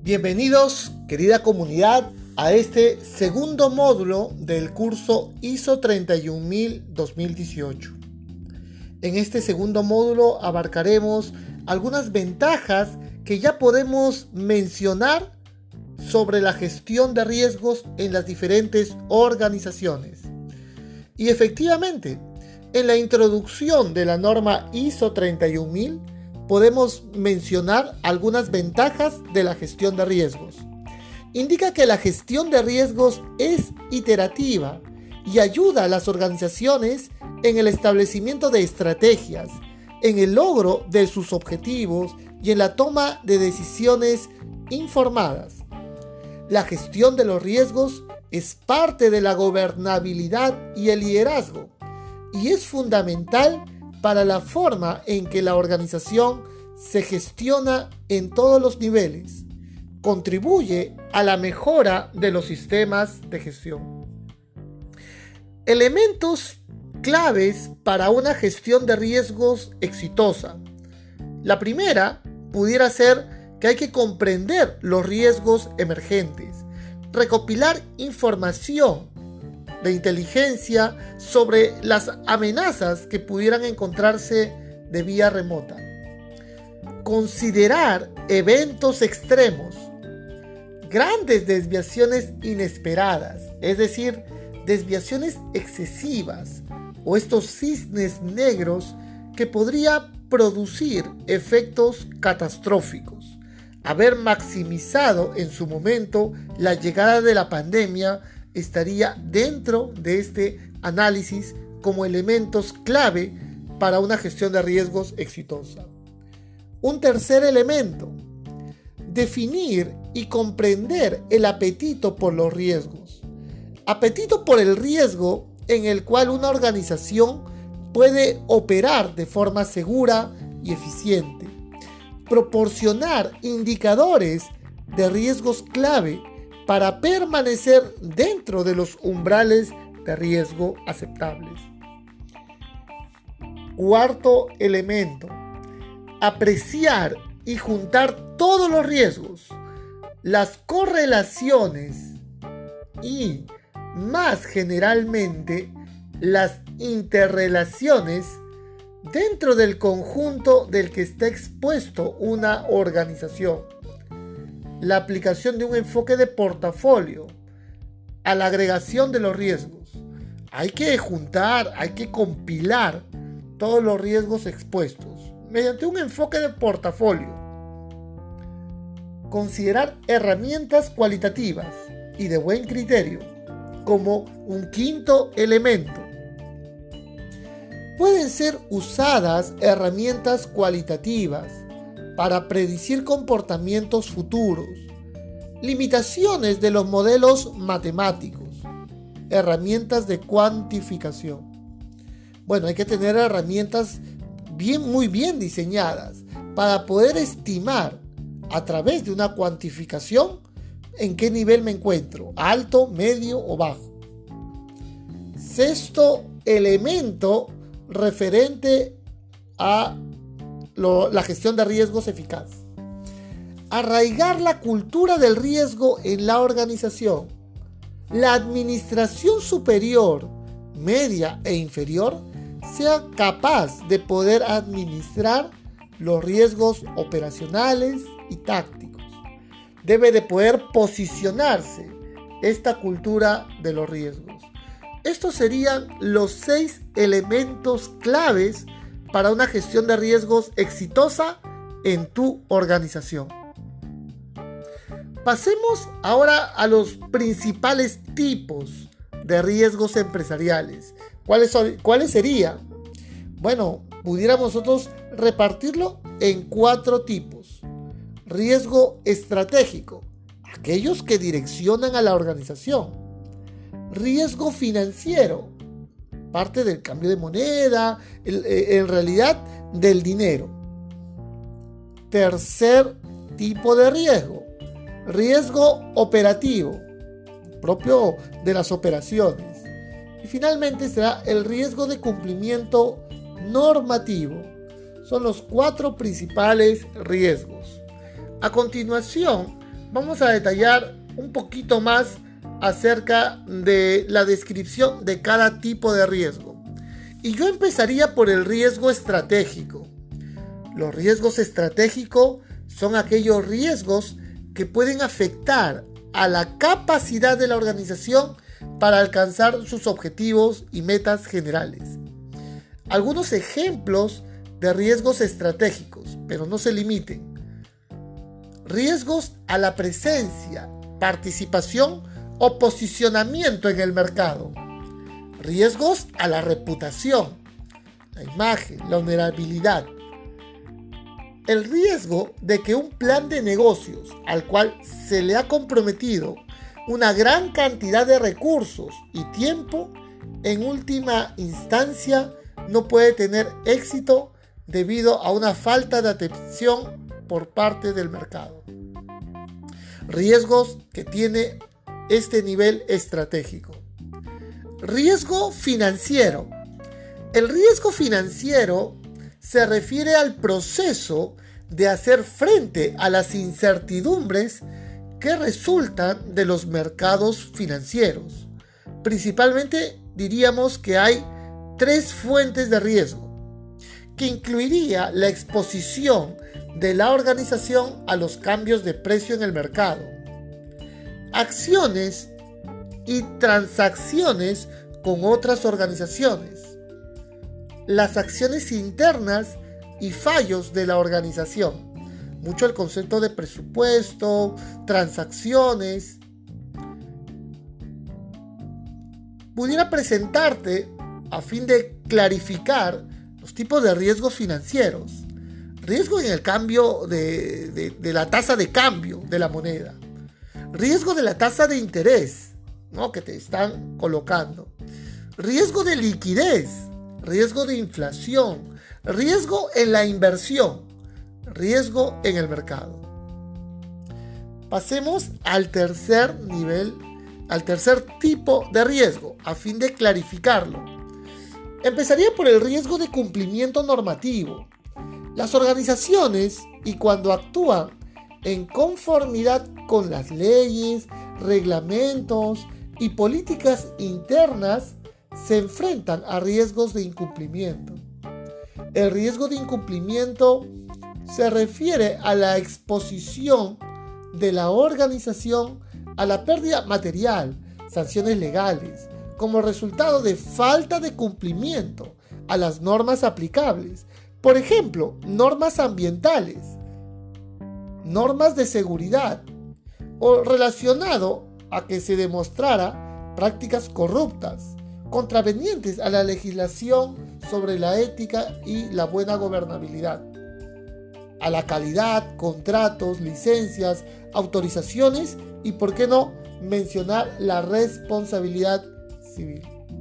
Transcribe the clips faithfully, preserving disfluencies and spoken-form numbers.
Bienvenidos, querida comunidad, a este segundo módulo del curso I S O treinta y un mil dos mil dieciocho. En este segundo módulo abarcaremos algunas ventajas que ya podemos mencionar sobre la gestión de riesgos en las diferentes organizaciones. Y efectivamente, en la introducción de la norma I S O treinta y un mil podemos mencionar algunas ventajas de la gestión de riesgos. Indica que la gestión de riesgos es iterativa y ayuda a las organizaciones en el establecimiento de estrategias, en el logro de sus objetivos y en la toma de decisiones informadas. La gestión de los riesgos es parte de la gobernabilidad y el liderazgo y es fundamental para la forma en que la organización se gestiona en todos los niveles. Contribuye a la mejora de los sistemas de gestión. Elementos claves para una gestión de riesgos exitosa. La primera pudiera ser que hay que comprender los riesgos emergentes, recopilar información de inteligencia sobre las amenazas que pudieran encontrarse de vía remota. Considerar eventos extremos, grandes desviaciones inesperadas, es decir, desviaciones excesivas o estos cisnes negros que podría producir efectos catastróficos. Haber maximizado en su momento la llegada de la pandemia estaría dentro de este análisis como elementos clave para una gestión de riesgos exitosa. Un tercer elemento, definir y comprender el apetito por los riesgos. Apetito por el riesgo en el cual una organización puede operar de forma segura y eficiente. Proporcionar indicadores de riesgos clave para permanecer dentro de los umbrales de riesgo aceptables. Cuarto elemento, apreciar y juntar todos los riesgos, las correlaciones y, más generalmente, las interrelaciones dentro del conjunto del que está expuesto una organización. La aplicación de un enfoque de portafolio a la agregación de los riesgos. Hay que juntar, hay que compilar todos los riesgos expuestos mediante un enfoque de portafolio. Considerar herramientas cualitativas y de buen criterio como un quinto elemento. Pueden ser usadas herramientas cualitativas para predecir comportamientos futuros, limitaciones de los modelos matemáticos, herramientas de cuantificación. Bueno, hay que tener herramientas bien, muy bien diseñadas para poder estimar a través de una cuantificación en qué nivel me encuentro, alto, medio o bajo. Sexto elemento referente a Lo, la gestión de riesgos eficaz. Arraigar la cultura del riesgo en la organización. La administración superior, media e inferior sea capaz de poder administrar los riesgos operacionales y tácticos. Debe de poder posicionarse esta cultura de los riesgos. Estos serían los seis elementos claves para una gestión de riesgos exitosa en tu organización. Pasemos ahora a los principales tipos de riesgos empresariales. ¿Cuáles son, cuáles serían? Bueno, pudiéramos nosotros repartirlo en cuatro tipos. Riesgo estratégico, aquellos que direccionan a la organización. Riesgo financiero, parte del cambio de moneda, en realidad del dinero. Tercer tipo de riesgo, riesgo operativo, propio de las operaciones. Y finalmente será el riesgo de cumplimiento normativo. Son los cuatro principales riesgos. A continuación, vamos a detallar un poquito más acerca de la descripción de cada tipo de riesgo. Y yo empezaría por el riesgo estratégico. Los riesgos estratégicos son aquellos riesgos que pueden afectar a la capacidad de la organización para alcanzar sus objetivos y metas generales. Algunos ejemplos de riesgos estratégicos, pero no se limiten. Riesgos a la presencia, participación o posicionamiento en el mercado. Riesgos a la reputación, la imagen, la honorabilidad. El riesgo de que un plan de negocios al cual se le ha comprometido una gran cantidad de recursos y tiempo, en última instancia no puede tener éxito debido a una falta de atención por parte del mercado. Riesgos que tiene este nivel estratégico. Riesgo financiero. El riesgo financiero se refiere al proceso de hacer frente a las incertidumbres que resultan de los mercados financieros. Principalmente diríamos que hay tres fuentes de riesgo, que incluiría la exposición de la organización a los cambios de precio en el mercado, acciones y transacciones con otras organizaciones, las acciones internas y fallos de la organización. Mucho el concepto de presupuesto, transacciones. Pudiera presentarte a fin de clarificar los tipos de riesgos financieros. Riesgo en el cambio de, de, de la tasa de cambio de la moneda. Riesgo de la tasa de interés, ¿no?, que te están colocando. Riesgo de liquidez. Riesgo de inflación. Riesgo en la inversión. Riesgo en el mercado. Pasemos al tercer nivel, al tercer tipo de riesgo, a fin de clarificarlo. Empezaría por el riesgo de cumplimiento normativo. Las organizaciones, y cuando actúan en conformidad con las leyes, reglamentos y políticas internas, se enfrentan a riesgos de incumplimiento. El riesgo de incumplimiento se refiere a la exposición de la organización a la pérdida material, sanciones legales, como resultado de falta de cumplimiento a las normas aplicables. Por ejemplo, normas ambientales, normas de seguridad, o relacionado a que se demostrara prácticas corruptas, contravenientes a la legislación sobre la ética y la buena gobernabilidad, a la calidad, contratos, licencias, autorizaciones y, por qué no, mencionar la responsabilidad civil.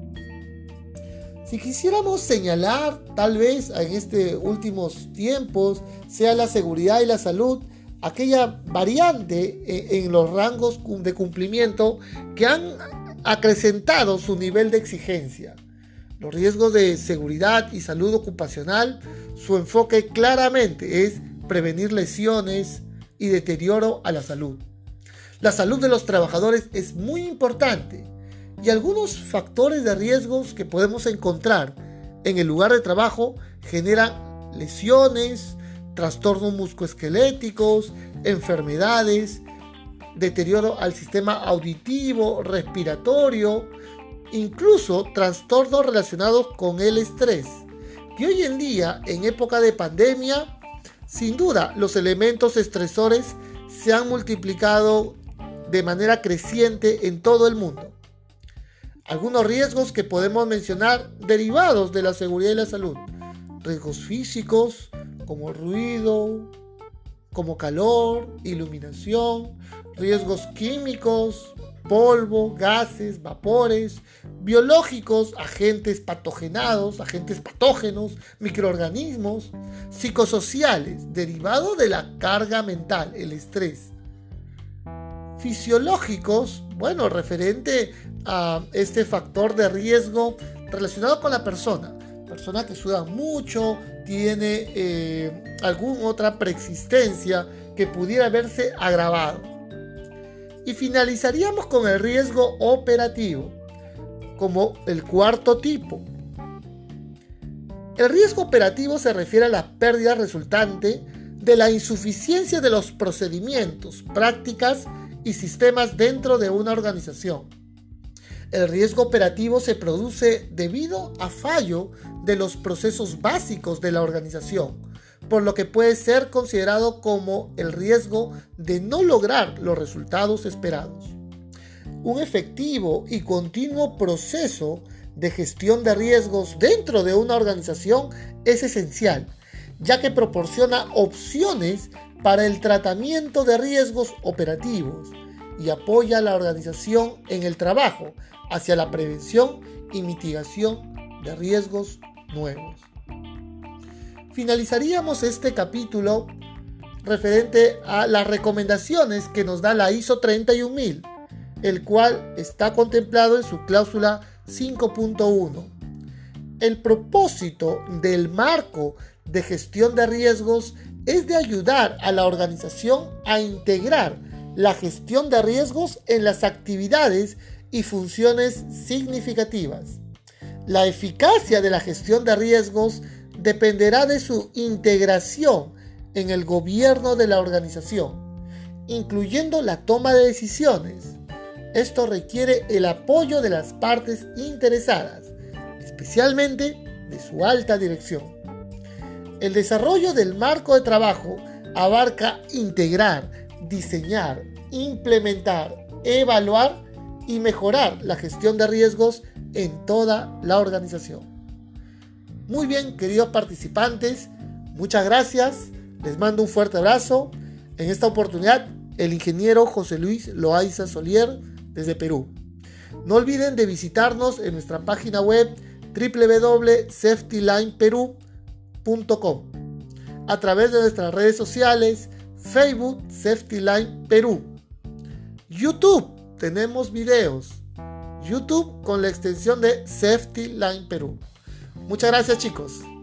Si quisiéramos señalar, tal vez en estos últimos tiempos, sea la seguridad y la salud, aquella variante en los rangos de cumplimiento que han acrecentado su nivel de exigencia. Los riesgos de seguridad y salud ocupacional, su enfoque claramente es prevenir lesiones y deterioro a la salud. La salud de los trabajadores es muy importante y algunos factores de riesgos que podemos encontrar en el lugar de trabajo generan lesiones, trastornos musculoesqueléticos, enfermedades, deterioro al sistema auditivo, respiratorio, incluso trastornos relacionados con el estrés. Y hoy en día, en época de pandemia, sin duda los elementos estresores se han multiplicado de manera creciente en todo el mundo. Algunos riesgos que podemos mencionar derivados de la seguridad y la salud: riesgos físicos como ruido, como calor, iluminación; riesgos químicos, polvo, gases, vapores; biológicos, agentes patogenados, agentes patógenos, microorganismos; psicosociales, derivado de la carga mental, el estrés; fisiológicos, bueno, referente a este factor de riesgo relacionado con la persona. Persona que suda mucho, tiene eh, alguna otra preexistencia que pudiera verse agravado. Y finalizaríamos con el riesgo operativo, como el cuarto tipo. El riesgo operativo se refiere a la pérdida resultante de la insuficiencia de los procedimientos, prácticas y sistemas dentro de una organización. El riesgo operativo se produce debido a fallo de los procesos básicos de la organización, por lo que puede ser considerado como el riesgo de no lograr los resultados esperados. Un efectivo y continuo proceso de gestión de riesgos dentro de una organización es esencial, ya que proporciona opciones para el tratamiento de riesgos operativos y apoya a la organización en el trabajo hacia la prevención y mitigación de riesgos nuevos. Finalizaríamos este capítulo referente a las recomendaciones que nos da la I S O treinta y un mil, el cual está contemplado en su cláusula cinco punto uno. El propósito del marco de gestión de riesgos es de ayudar a la organización a integrar la gestión de riesgos en las actividades y funciones significativas. La eficacia de la gestión de riesgos dependerá de su integración en el gobierno de la organización, incluyendo la toma de decisiones. Esto requiere el apoyo de las partes interesadas, especialmente de su alta dirección. El desarrollo del marco de trabajo abarca integrar, diseñar, implementar, evaluar y mejorar la gestión de riesgos en toda la organización. Muy bien, queridos participantes, muchas gracias. Les mando un fuerte abrazo. En esta oportunidad, el ingeniero José Luis Loaiza Solier desde Perú. No olviden de visitarnos en nuestra página web doble u doble u doble u punto safety line peru punto com, a través de nuestras redes sociales, Facebook Safety Line Perú, YouTube, tenemos videos, YouTube con la extensión de Safety Line Perú. Muchas gracias, chicos.